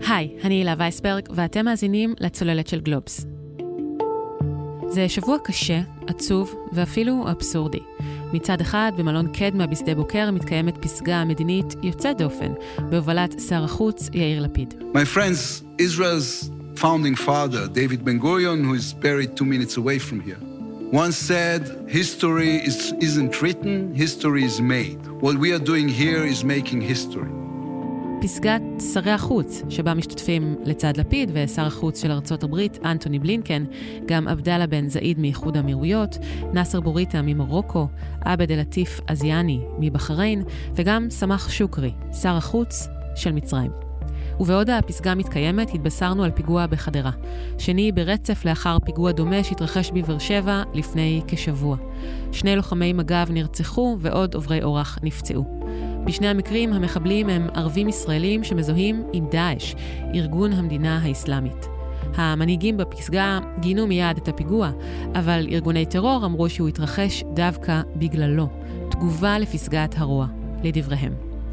היי, אני הילה וייסברג, ואתם מאזינים לצוללת של גלובס. זה שבוע קשה, עצוב ואפילו אבסורדי. מצד אחד, במלון קדמה בשדה בוקר מתקיימת פסגה מדינית יוצאת דופן, בהובלת שר החוץ יאיר לפיד. My friends, Israel's founding father, David Ben-Gurion, who is buried 2 minutes away from here, once said, history isn't written, history is made. What we are doing here is making history. פסגת שרי החוץ, שבה משתתפים לצד לפיד ושר החוץ של ארצות הברית, אנטוני בלינקן, גם עבדאללה בן זאיד מאיחוד האמירויות, נאסר בוריטה ממרוקו, עבד אל-עטיף אזיאני מבחריין, וגם סמח שוקרי, שר החוץ של מצרים. ובעוד הפסגה מתקיימת, התבשרנו על פיגוע בחדרה. שני ברצף לאחר פיגוע דומה שהתרחש בבאר שבע לפני כשבוע. 2 לוחמי מג"ב נרצחו ועוד עוברי אורח נפצעו. בשני המקרים המחבלים הם ערבים ישראלים שמזוהים עם דאעש, ארגון המדינה האסלאמית. המנהיגים בפסגה גינו מיד את הפיגוע, אבל ארגוני טרור אמרו שהוא התרחש דווקא בגללו, תגובה לפסגת הרוע, לדבריהם.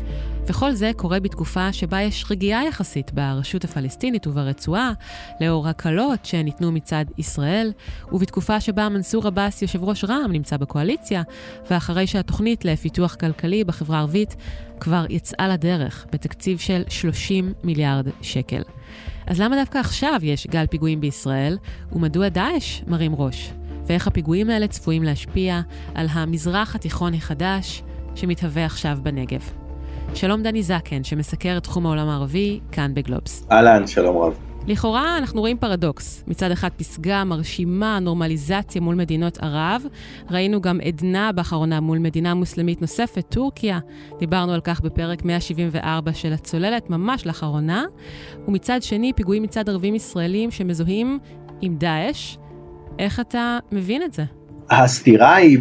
וכל זה קורה בתקופה שבה יש רגיעה יחסית ברשות הפלסטינית וברצועה, לאור הקלות שניתנו מצד ישראל, ובתקופה שבה מנסור עבאס יושב ראש רע"מ נמצא בקואליציה, ואחרי שהתוכנית לפיתוח כלכלי בחברה הערבית כבר יצאה לדרך בתקציב של 30 מיליארד שקל. אז למה דווקא עכשיו יש גל פיגועים בישראל, ומדוע דאעש מרים ראש? ואיך הפיגועים האלה צפויים להשפיע על המזרח התיכון החדש שמתהווה עכשיו בנגב? שלום דני זקן, שמסקר את תחום העולם הערבי, כאן בגלובס. אהלן, שלום רב. לכאורה אנחנו רואים פרדוקס. מצד אחד פסגה, מרשימה, נורמליזציה מול מדינות ערב. ראינו גם עדנה באחרונה מול מדינה מוסלמית נוספת, טורקיה. דיברנו על כך בפרק 174 של הצוללת, ממש לאחרונה. ומצד שני, פיגועים מצד ערבים ישראלים שמזוהים עם דאעש. איך אתה מבין את זה? הסתירה היא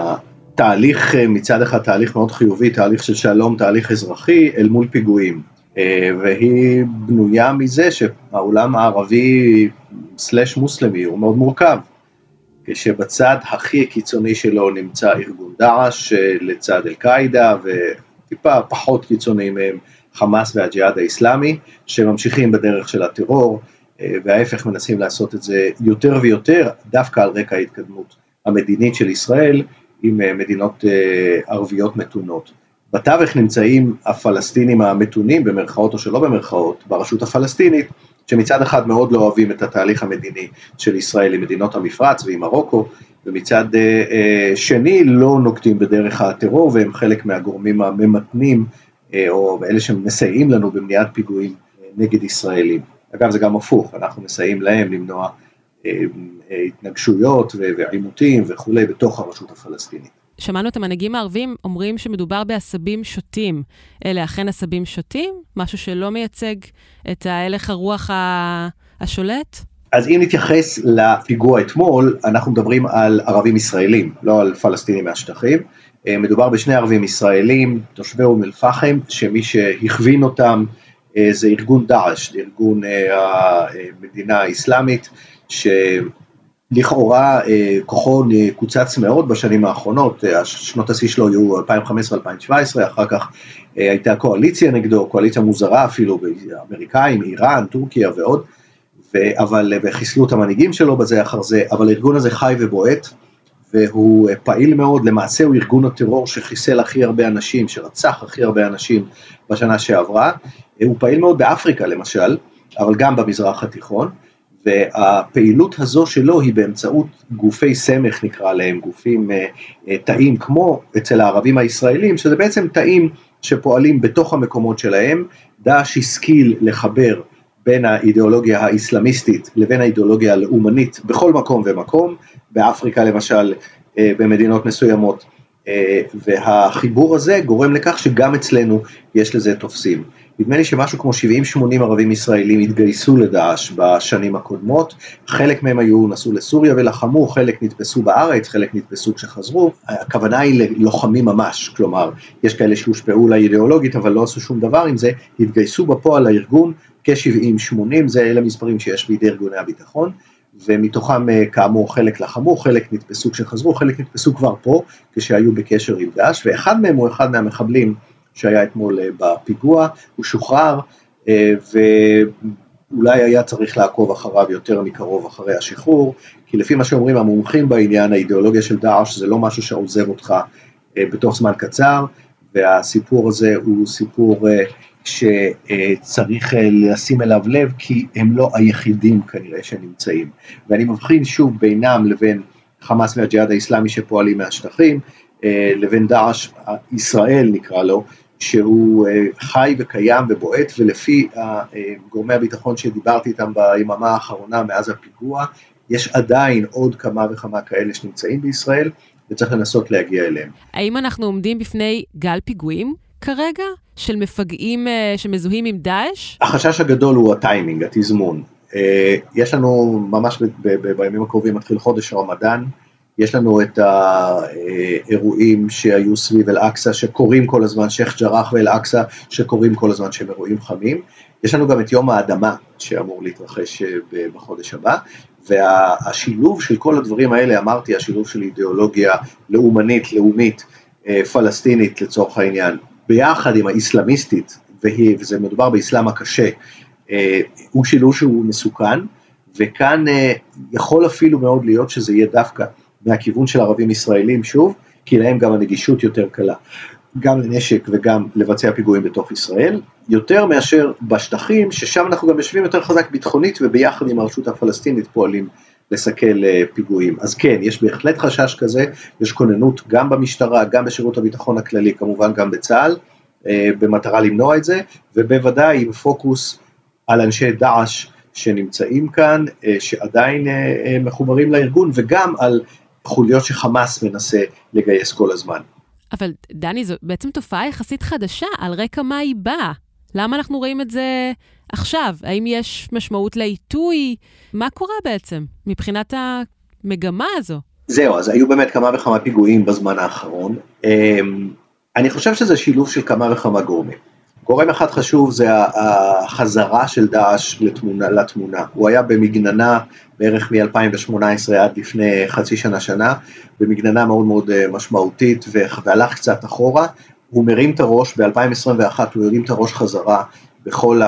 תהליך, מצד אחד תהליך מאוד חיובי, תהליך של שלום, תהליך אזרחי, אל מול פיגועים. והיא בנויה מזה שהעולם הערבי סלש מוסלמי הוא מאוד מורכב. כשבצד הכי קיצוני שלו נמצא ארגון דאעש, לצד אל-קאעידה, וטיפה פחות קיצוני מהם חמאס והג'יהאד האסלאמי, שממשיכים בדרך של הטרור, וההפך מנסים לעשות את זה יותר ויותר, דווקא על רקע ההתקדמות המדינית של ישראל, עם מדינות ערביות מתונות. בתווך נמצאים הפלסטינים המתונים, במרכאות או שלא במרכאות, ברשות הפלסטינית, שמצד אחד מאוד לא אוהבים את התהליך המדיני של ישראל עם מדינות המפרץ ועם מרוקו, ומצד שני לא נוקטים בדרך הטרור, והם חלק מהגורמים הממתנים, או אלה שמסייעים לנו במניעת פיגועים נגד ישראלים. אגב, זה גם הפוך, אנחנו מסייעים להם למנוע התנגשויות ועימותים וכו' בתוך הרשות הפלסטינית. שמענו את המנהיגים הערבים אומרים שמדובר בעשבים שוטים. אלה אכן עשבים שוטים? משהו שלא מייצג את ההלך הרוח השולט? אז אם נתייחס לפיגוע אתמול, אנחנו מדברים על ערבים ישראלים, לא על פלסטינים מהשטחים. מדובר בשני ערבים ישראלים, תושבי אום אל-פחם, שמי שהכווין אותם זה ארגון דאעש, ארגון המדינה האסלאמית, שלכאורה כוחו קוצץ מאוד בשנים האחרונות, שנות השיא שלו היו 2015-2017, אחר כך הייתה קואליציה נגדו, קואליציה מוזרה אפילו, באמריקאים, איראן, טורקיה ועוד, וחיסלו את המנהיגים שלו בזה אחר זה, אבל הארגון הזה חי ובועט, והוא פעיל מאוד, למעשה הוא ארגון הטרור שחיסל הכי הרבה אנשים, שרצח הכי הרבה אנשים בשנה שעברה, הוא פעיל מאוד באפריקה למשל, אבל גם במזרח התיכון, והפעילות הזו שלו היא באמצעות גופי סמך נקרא להם, גופים תאים כמו אצל הערבים הישראלים, שזה בעצם תאים שפועלים בתוך המקומות שלהם, דאעש השכיל לחבר בין האידיאולוגיה האסלאמיסטית לבין האידיאולוגיה הלאומנית בכל מקום ומקום, באפריקה למשל, במדינות מסוימות, והחיבור הזה גורם לכך שגם אצלנו יש לזה תופסים. נדמה לי שמשהו כמו 70-80 ערבים ישראלים התגייסו לדאעש בשנים הקודמות, חלק מהם נסעו לסוריה ולחמו, חלק נתפסו בארץ, חלק נתפסו כשחזרו, הכוונה היא ללוחמים ממש, כלומר, יש כאלה שהושפעו לאידיאולוגית, אבל לא עשו שום דבר עם זה, התגייסו בפועל לארגון, כ-70-80, זה אלה מספרים שיש בידי ארגוני הביטחון, ומתוכם כאמור חלק לחמו, חלק נתפסו כשחזרו, חלק נתפסו כבר פה, כשהיו בקשר עם דאעש, ואחד מהם הוא אחד מהמחבלים, שהיה אתמול בפיגוע, הוא שוחרר, ואולי היה צריך לעקוב אחריו יותר מקרוב אחרי השחרור, כי לפי מה שאומרים המומחים בעניין, האידיאולוגיה של דאעש זה לא משהו שעוזב אותך בתוך זמן קצר, והסיפור הזה הוא סיפור שצריך לשים אליו לב, כי הם לא היחידים כנראה שנמצאים. ואני מבחין שוב בינם לבין חמאס והג'יהאד האסלאמי שפועלים מהשטחים, לבין דאעש ישראל נקרא לו, שהוא חי וקיים ובועט, ולפי גורמי הביטחון שדיברתי איתם ביממה האחרונה מאז הפיגוע, יש עדיין עוד כמה וכמה כאלה שנמצאים בישראל, וצריך לנסות להגיע אליהם. האם אנחנו עומדים בפני גל פיגועים כרגע, של מפגעים שמזוהים עם דאעש? החשש הגדול הוא הטיימינג, התזמון. יש לנו ממש בימים הקרובים מתחיל חודש רמדאן, יש לנו את האירועים שהיו סביב אל-אקצא, שקוראים כל הזמן, שייח' ג'ראח ואל-אקצא, שקוראים כל הזמן שהם אירועים חמים. יש לנו גם את יום האדמה, שאמור להתרחש בחודש הבא, והשילוב של כל הדברים האלה, אמרתי, השילוב של אידיאולוגיה לאומנית, לאומית, פלסטינית לצורך העניין, ביחד עם האסלאמיסטית, וזה מדובר באסלאם הקשה, הוא שילוב שהוא מסוכן, וכאן יכול אפילו מאוד להיות שזה יהיה דווקא מהכיוון של ערבים ישראלים שוב, כי להם גם הנגישות יותר קלה, גם לנשק וגם לבצע פיגועים בתוך ישראל, יותר מאשר בשטחים, ששם אנחנו גם יושבים יותר חזק ביטחונית, וביחד עם הרשות הפלסטינית פועלים לסכל פיגועים. אז כן, יש בהחלט חשש כזה, יש כוננות גם במשטרה, גם בשירות הביטחון הכללי, כמובן גם בצה"ל, במטרה למנוע את זה, ובוודאי עם פוקוס על אנשי דאעש שנמצאים כאן, שעדיין מחוברים לארגון, וגם על חוליות שחמאס מנסה לגייס כל הזמן. אבל דני, זו בעצם תופעה יחסית חדשה, על רקע מה היא באה? למה אנחנו רואים את זה עכשיו? האם יש משמעות לעיתוי? מה קורה בעצם מבחינת המגמה הזו? זהו, אז היו באמת כמה וכמה פיגועים בזמן האחרון. אני חושב שזה שילוב של כמה וכמה גורמים. גורם אחד חשוב זה החזרה של דאעש לתמונה. הוא היה במגננה בערך מ-2018 עד לפני חצי שנה, במגננה מאוד מאוד משמעותית, והלך קצת אחורה. הוא מרים את הראש, ב-2021 הוא הרים את הראש חזרה בכל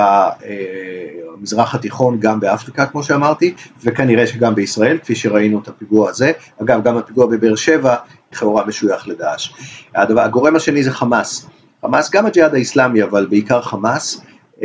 המזרח התיכון, גם באפריקה כמו שאמרתי, וכנראה שגם בישראל, כפי שראינו את הפיגוע הזה. אגב, גם הפיגוע בבאר שבע, לכאורה משוייך לדאעש. הגורם השני זה חמאס. חמאס, גם הג'יהאד האסלאמי, אבל בעיקר חמאס,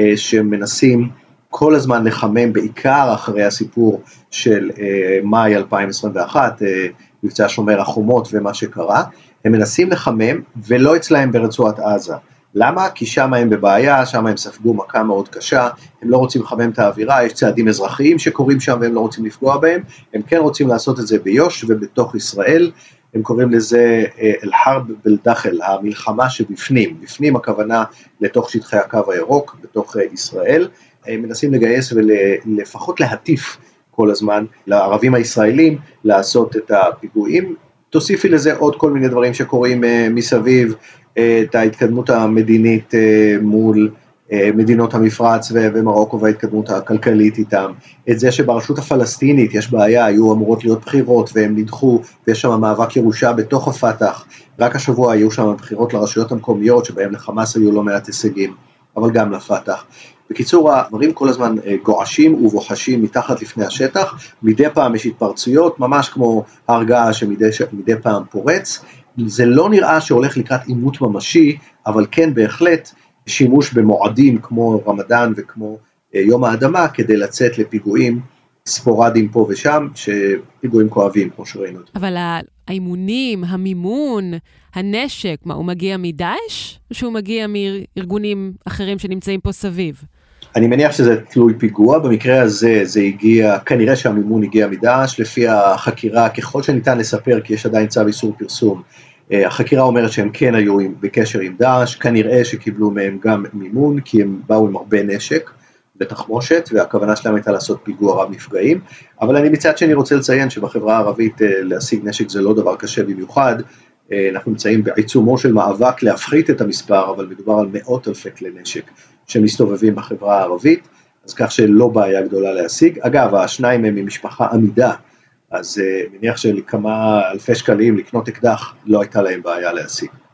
שמנסים כל הזמן לחמם, בעיקר אחרי הסיפור של מאי 2021, מבצע שומר החומות ומה שקרה, הם מנסים לחמם, ולא אצלהם ברצועת עזה. למה? כי שם הם בבעיה, שם הם ספגו מכה מאוד קשה, הם לא רוצים לחמם את האווירה, יש צעדים אזרחיים שקורים שם, והם לא רוצים לפגוע בהם, הם כן רוצים לעשות את זה ביוש ובתוך ישראל, הם קוראים לזה אל-חרב בלדחל, המלחמה שבפנים, בפנים הכוונה לתוך שטחי הקו הירוק, בתוך ישראל, הם מנסים לגייס ולפחות להטיף כל הזמן לערבים הישראלים לעשות את הפיגועים, תוסיפי לזה עוד כל מיני דברים שקורים מסביב, את ההתקדמות המדינית מול מדינות המפרץ ומרוקו וההתקדמות הכלכלית איתם, את זה שברשות הפלסטינית יש בעיה, היו אמורות להיות בחירות והם נדחו, ויש שם מאבק ירושה בתוך הפתח, רק השבוע היו שם בחירות לרשויות המקומיות, שבהם לחמאס היו לא מעט הישגים, אבל גם לפתח. בקיצור, הדברים כל הזמן גועשים ובוחשים מתחת לפני השטח, מדי פעם יש התפרצויות, ממש כמו הרגעה שמדי פעם פורץ, זה לא נראה שהולך לקראת עימות ממשי, אבל כן בהחלט שימוש במועדים כמו רמדאן וכמו יום האדמה, כדי לצאת לפיגועים ספורדיים פה ושם, שפיגועים כואבים כמו שראינו. אבל האימונים, המימון, הנשק, מה, הוא מגיע מדאעש? או שהוא מגיע מארגונים אחרים שנמצאים פה סביב? אני מניח שזה תלוי פיגוע, במקרה הזה זה הגיע, כנראה שהמימון הגיע מדאעש, לפי החקירה, ככל שניתן לספר, כי יש עדיין צו איסור פרסום, החקירה אומרת שהם כן היו בקשר עם דאעש, כנראה שקיבלו מהם גם מימון, כי הם באו עם הרבה נשק בתחמושת, והכוונה שלהם הייתה לעשות פיגוע רב נפגעים, אבל אני מצד שני רוצה לציין שבחברה הערבית להשיג נשק זה לא דבר קשה במיוחד, אנחנו נמצאים בעיצומו של מאבק להפחית את המספר, אבל מדובר על מאות אלפי כלי נשק שמסתובבים בחברה הערבית, אז כך שלא בעיה גדולה להשיג. אגב, השניים הם ממשפחה עמידה, אז מניח שלכמה אלפי שקלים לקנות אקדח לא הייתה להם בעיה להשיג.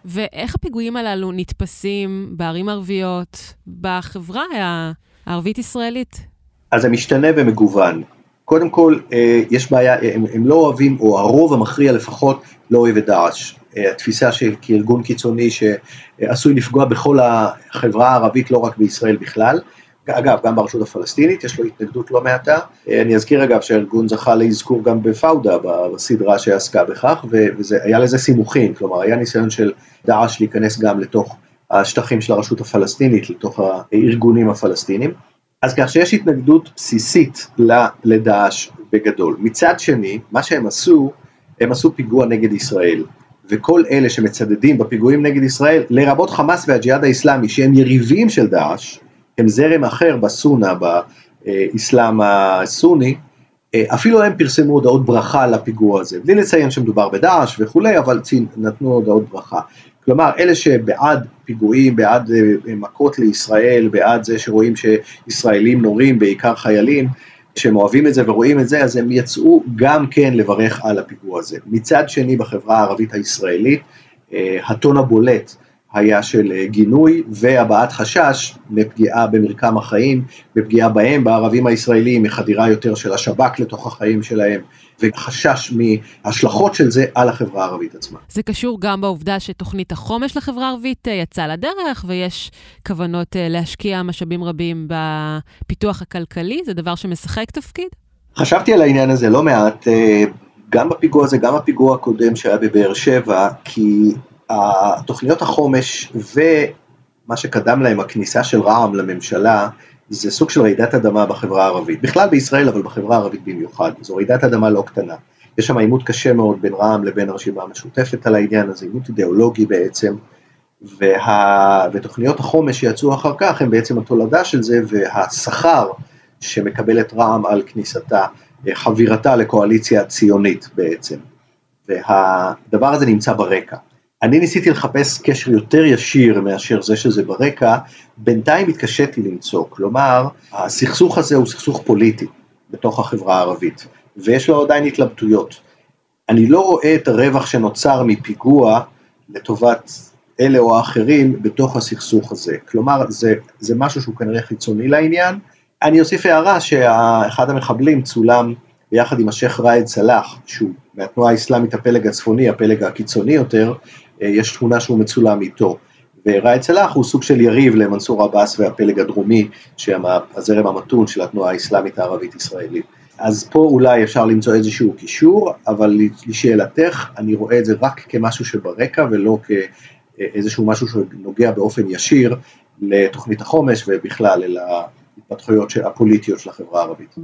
ואיך הפיגועים הללו נתפסים בערים ערביות, בחברה הערבית-ישראלית? אז זה משתנה ומגוון. קודם כל, יש בעיה, הם לא אוהבים, או הרוב המכריע לפחות, לא אוהב את דאעש. התפיסה של כארגון קיצוני שעשוי לפגוע בכל החברה הערבית, לא רק בישראל בכלל. אגב, גם ברשות הפלסטינית, יש לו התנגדות לא מעטה. אני אזכיר אגב שהארגון זכה להזכור גם בפאודה, בסדרה שעסקה בכך, והיה לזה סימוכין, כלומר, היה ניסיון של דאעש להיכנס גם לתוך השטחים של הרשות הפלסטינית, לתוך הארגונים הפלסטינים. אז כך שיש התנגדות בסיסית לדאעש בגדול. מצד שני, מה שהם עשו, הם עשו פיגוע נגד ישראל, וכל אלה שמצדדים בפיגועים נגד ישראל, לרבות חמאס והג'יהאד האסלאמי, שהם יריבים של דאעש, הם זרם אחר בסונה, באסלאם הסוני, אפילו הם פרסמו הודעות ברכה לפיגוע הזה, בלי לציין שמדובר בדאעש וכולי, אבל נתנו הודעות ברכה. כלומר, אלה שבעד פיגועים, בעד מכות לישראל, בעד זה שרואים שישראלים נורים, בעיקר חיילים, שהם אוהבים את זה ורואים את זה, אז הם יצאו גם כן לברך על הפיגוע הזה. מצד שני, בחברה הערבית הישראלית, הטון הבולט היה של גינוי והבעת חשש לפגיעה במרקם החיים, בפגיעה בהם, בערבים הישראלים, מחדירה יותר של השב"כ לתוך החיים שלהם, וחשש מהשלכות של זה על החברה הערבית עצמה. זה קשור גם בעובדה שתוכנית החומש לחברה הערבית יצאה לדרך, ויש כוונות להשקיע משאבים רבים בפיתוח הכלכלי, זה דבר שמשחק תפקיד? חשבתי על העניין הזה לא מעט, גם בפיגוע הזה, גם הפיגוע הקודם שהיה בבאר שבע, כי התוכניות החומש ומה שקדם להם, הכניסה של רע"מ לממשלה, זה סוג של רעידת אדמה בחברה הערבית, בכלל בישראל, אבל בחברה הערבית במיוחד, זו רעידת אדמה לא קטנה. יש שם עימות קשה מאוד בין רע"מ לבין הרשימה המשותפת על העניין הזה, עימות אידיאולוגי בעצם, ותוכניות החומש שיצאו אחר כך, הם בעצם התולדה של זה, והשכר שמקבלת רע"מ על כניסתה, חבירתה לקואליציה הציונית בעצם, והדבר הזה נמצא ברקע. אני ניסיתי לחפש קשר יותר ישיר מאשר זה שזה ברקע, בינתיים התקשיתי למצוא, כלומר, הסכסוך הזה הוא סכסוך פוליטי בתוך החברה הערבית, ויש לו עדיין התלבטויות. אני לא רואה את הרווח שנוצר מפיגוע לטובת אלה או האחרים בתוך הסכסוך הזה, כלומר, זה משהו שהוא כנראה חיצוני לעניין. אני אוסיף הערה שאחד המחבלים צולם ביחד עם השייך ראאד סלאח, שהוא מהתנועה האסלאמית הפלג הצפוני, הפלג הקיצוני יותר, יש תמונה שהוא מצולם איתו, וראאד סלאח הוא סוג של יריב למנסור עבאס והפלג הדרומי, שהזרם המתון של התנועה האסלאמית הערבית ישראלית. אז פה אולי אפשר למצוא איזשהו קישור, אבל לשאלתך, אני רואה את זה רק כמשהו שברקע, ולא כאיזשהו משהו שנוגע באופן ישיר לתוכנית החומש, ובכלל אל ההתפתחויות הפוליטיות של החברה הערבית.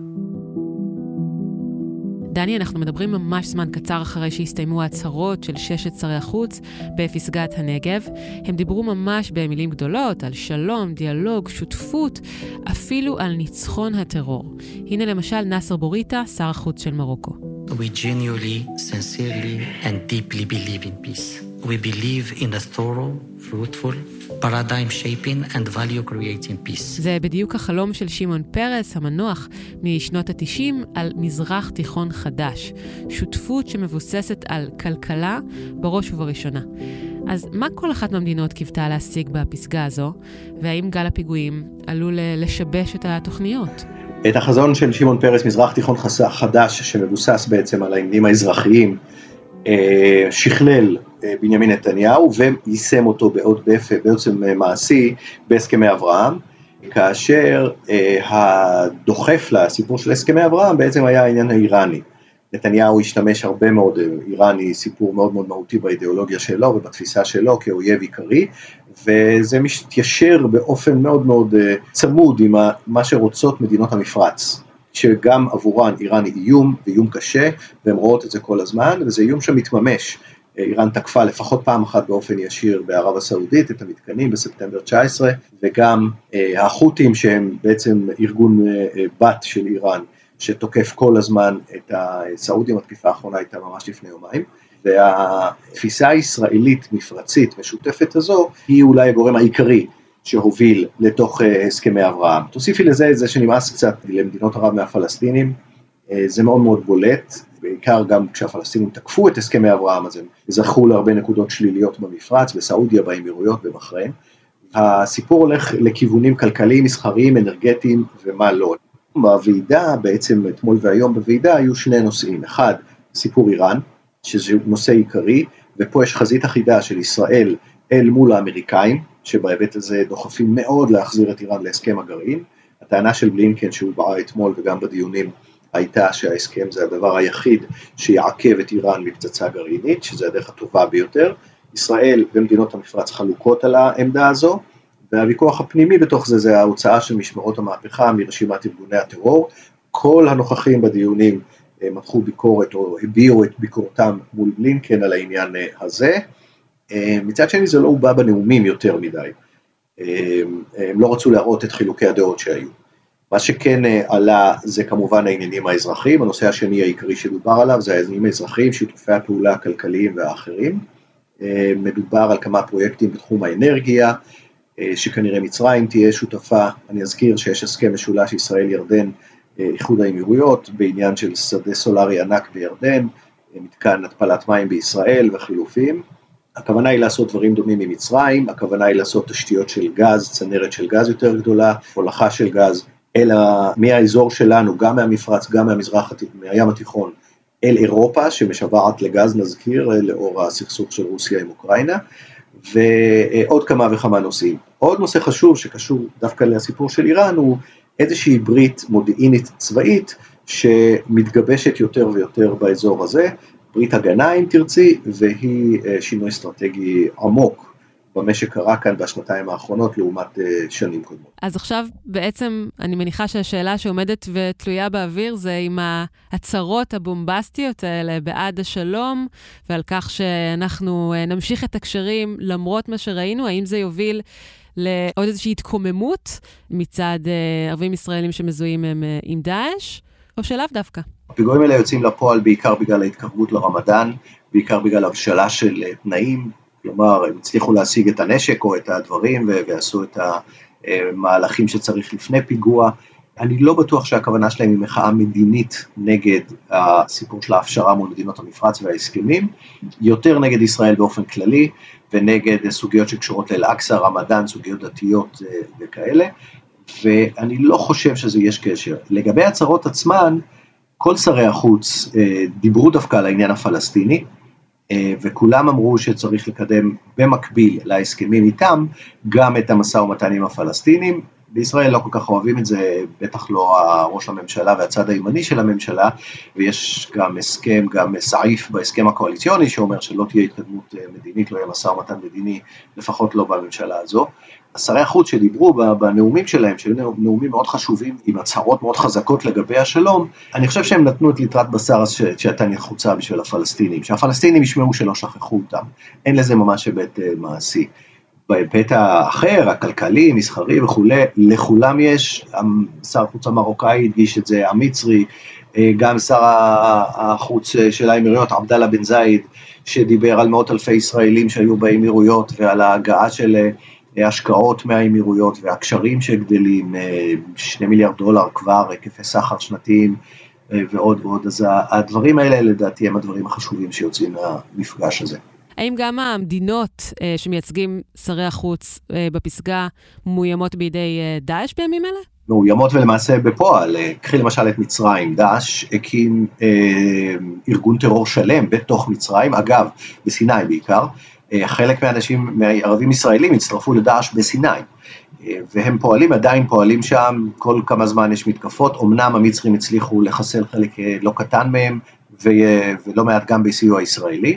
דני, אנחנו מדברים ממש זמן קצר אחרי שהסתיימו ההצהרות של 6 שרי החוץ בפסגת הנגב. הם דיברו ממש במילים גדולות על שלום, דיאלוג, שותפות, אפילו על ניצחון הטרור. הנה למשל נאסר בוריטה, שר החוץ של מרוקו. We genuinely, sincerely and deeply believe in peace. We believe in a thorough, fruitful, paradigm-shaping and value-creating peace. זה בדיוק החלום של שמעון פרס, המנוח משנות ה-90, על מזרח תיכון חדש. שותפות שמבוססת על כלכלה בראש ובראשונה. אז מה כל אחת מהמדינות קיוותה להשיג בפסגה הזו, והאם גל הפיגועים עלול לשבש את התוכניות? את החזון של שמעון פרס, מזרח תיכון חדש, שמבוסס בעצם על העניינים האזרחיים, שכלל בנימין נתניהו, ויישם אותו בעצם מעשי בהסכמי אברהם, כאשר הדוחף לסיפור של הסכמי אברהם בעצם היה העניין האיראני. נתניהו השתמש הרבה מאוד, איראני סיפור מאוד מאוד מהותי באידיאולוגיה שלו ובתפיסה שלו כאויב עיקרי, וזה מתיישר באופן מאוד מאוד צמוד עם מה שרוצות מדינות המפרץ, שגם עבורן איראן היא איום, ואיום קשה, והן רואות את זה כל הזמן, וזה איום שמתממש. איראן תקפה לפחות פעם אחת באופן ישיר בערב הסעודית, את המתקנים בספטמבר 19, וגם החות'ים שהם בעצם ארגון בת של איראן, שתוקף כל הזמן את הסעודים, התקיפה האחרונה הייתה ממש לפני יומיים, והתפיסה הישראלית מפרצית משותפת הזו, היא אולי הגורם העיקרי שהוביל לתוך הסכמי אברהם. תוסיפי לזה את זה שנמאס קצת למדינות ערב מהפלסטינים, זה מאוד מאוד בולט, בעיקר גם כשהפלסטינים תקפו את הסכמי אברהם, אז הם זכו להרבה נקודות שליליות במפרץ, בסעודיה, באמירויות, בבחריין. הסיפור הולך לכיוונים כלכליים, מסחריים, אנרגטיים ומה לא. בוועידה, בעצם אתמול והיום בוועידה, היו שני נושאים. אחד, סיפור איראן, שזה נושא עיקרי, ופה יש חזית אחידה של ישראל אל מול האמריקאים, שבהיבט הזה דוחפים מאוד להחזיר את איראן להסכם הגרעין. הטענה של בלינקן שהוא בא אתמול וגם בדיונים הייתה שההסכם זה הדבר היחיד שיעכב את איראן מפצצה גרעינית, שזה הדרך הטובה ביותר. ישראל ומדינות המפרץ חלוקות על העמדה הזו, והוויכוח הפנימי בתוך זה, זה ההוצאה של משמרות המהפכה מרשימת ארגוני הטרור. כל הנוכחים בדיונים מתחו ביקורת או הביעו את ביקורתם מול בלינקן על העניין הזה. מצד שני זה לא הובא בנאומים יותר מדי. הם לא רצו להראות את חילוקי הדעות שהיו. מה שכן עלה זה כמובן העניינים האזרחיים, הנושא השני העיקרי שדובר עליו זה העניינים האזרחיים, שיתופי הפעולה הכלכליים והאחרים. מדובר על כמה פרויקטים בתחום האנרגיה, שכנראה מצרים תהיה שותפה. אני אזכיר שיש הסכם משולש ישראל ירדן, איחוד האמירויות, בעניין של שדה סולרי ענק בירדן, מתקן התפלת מים בישראל וחילופים. הכוונה היא לעשות דברים דומים עם מצרים, הכוונה היא לעשות תשתיות של גז, צנרת של גז יותר גדולה, הולכה של גז, אלא מהאזור שלנו, גם מהמפרץ, גם מהים התיכון, אל אירופה, שמשוועת לגז, נזכיר, לאור הסכסוך של רוסיה עם אוקראינה, ועוד כמה וכמה נושאים. עוד נושא חשוב שקשור דווקא לסיפור של איראן, הוא איזושהי ברית מודיעינית צבאית, שמתגבשת יותר ויותר באזור הזה, ברית הגנה אם תרצי, והיא שינוי אסטרטגי עמוק במה שקרה כאן בשנתיים האחרונות לעומת שנים קודמות. אז עכשיו בעצם אני מניחה שהשאלה שעומדת ותלויה באוויר זה עם ההצהרות הבומבסטיות האלה בעד השלום, ועל כך שאנחנו נמשיך את הקשרים למרות מה שראינו, האם זה יוביל לעוד איזושהי התקוממות מצד ערבים ישראלים שמזוהים עם דאעש, או שלאו דווקא? הפיגועים האלה יוצאים לפועל בעיקר בגלל ההתקרבות לרמדאן, בעיקר בגלל הבשלה של תנאים, כלומר הם הצליחו להשיג את הנשק או את הדברים ועשו את המהלכים שצריך לפני פיגוע. אני לא בטוח שהכוונה שלהם היא מחאה מדינית נגד הסיפור של ההפשרה מול מדינות המפרץ וההסכמים, יותר נגד ישראל באופן כללי, ונגד סוגיות שקשורות לאל-אקצא, רמדאן, סוגיות דתיות וכאלה, ואני לא חושב שזה יש קשר. לגבי הצהרות עצמן, כל שרי החוץ דיברו דווקא על העניין הפלסטיני, וכולם אמרו שצריך לקדם במקביל להסכמים איתם, גם את המשא ומתן עם הפלסטינים. בישראל לא כל כך אוהבים את זה, בטח לא ראש הממשלה והצד הימני של הממשלה, ויש גם הסכם, גם סעיף בהסכם הקואליציוני, שאומר שלא תהיה התקדמות מדינית, לא יהיה משא ומתן מדיני, לפחות לא בממשלה הזו. שרי החוץ שדיברו בנאומים שלהם, שהיו נאומים מאוד חשובים, עם הצהרות מאוד חזקות לגבי השלום, אני חושב שהם נתנו את ליטרת בשר שהייתה נחוצה בשביל הפלסטינים, שהפלסטינים ישמעו שלא שכחו אותם, אין לזה ממש היבט מעשי. בהיבט האחר, הכלכלי, מסחרי וכו', לכולם יש, שר החוץ המרוקאי הדגיש את זה, המצרי, גם שר החוץ של האמירויות, עבדאללה בן זאיד, שדיבר על מאות אלפי ישראלים שהיו באמירויות, ועל ההגעה של השקעות מהאמירויות, והקשרים שגדלים, 2 מיליארד דולר כבר, היקפי סחר שנתיים, ועוד ועוד. אז הדברים האלה לדעתי הם הדברים החשובים שיוצאים מהמפגש הזה. האם גם המדינות שמייצגים שרי החוץ בפסגה מאוימות בידי דאעש בימים אלה? מאוימות ולמעשה בפועל. קחי למשל את מצרים, דאעש הקים ארגון טרור שלם בתוך מצרים, אגב בסיני בעיקר, חלק מהאנשים, מהערבים ישראלים הצטרפו לדאעש בסיני, והם פועלים, עדיין פועלים שם, כל כמה זמן יש מתקפות, אמנם המצרים הצליחו לחסל חלק לא קטן מהם, ולא מעט גם בסיוע ישראלי,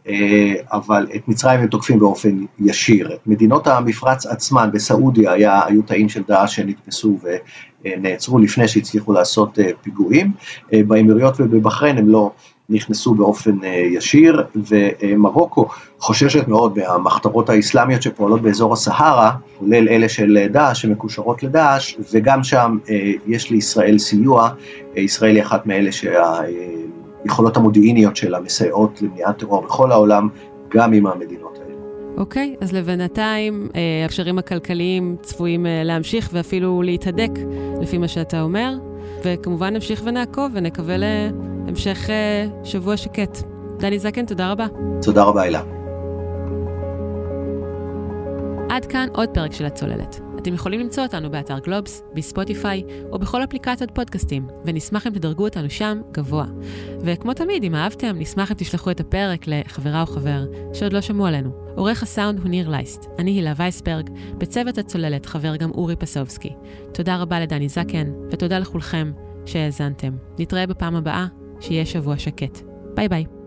אבל את מצרים הם תוקפים באופן ישיר. את מדינות המפרץ עצמן, בסעודיה היו תאים של דאעש שנתפסו ונעצרו לפני שהצליחו לעשות פיגועים, באמירויות ובבחריין הם לא נכנסו באופן ישיר, ומרוקו חוששת מאוד מהמחתרות האסלאמיות שפועלות באזור הסהרה, כולל אלה של דאעש שמקושרות לדאעש, וגם שם יש לישראל סיוע. ישראל היא אחת מאלה היכולות המודיעיניות שלה מסייעות למניעת טרור בכל העולם, גם עם המדינות האלה. אוקיי, אז לבינתיים הקשרים הכלכליים צפויים להמשיך ואפילו להתהדק לפי מה שאתה אומר, וכמובן נמשיך ונעקוב ונקווה להמשך שבוע שקט. דני זקן, תודה רבה. תודה רבה, אילה. עד כאן עוד פרק של הצוללת. אתם יכולים למצוא אותנו באתר גלובס, בספוטיפיי או בכל אפליקציות פודקאסטים, ונשמח אם תדרגו אותנו שם גבוה. וכמו תמיד, אם אהבתם, נשמח אם תשלחו את הפרק לחברה או חבר שעוד לא שמעו עלינו. עורך הסאונד הוא ניר לייסט. אני הילה וייסברג, בצוות הצוללת חבר גם אורי פסובסקי. תודה רבה לדני זקן, ותודה לכולכם שהאזנתם. נתראה בפעם הבאה, שיהיה שבוע שקט. ביי ביי.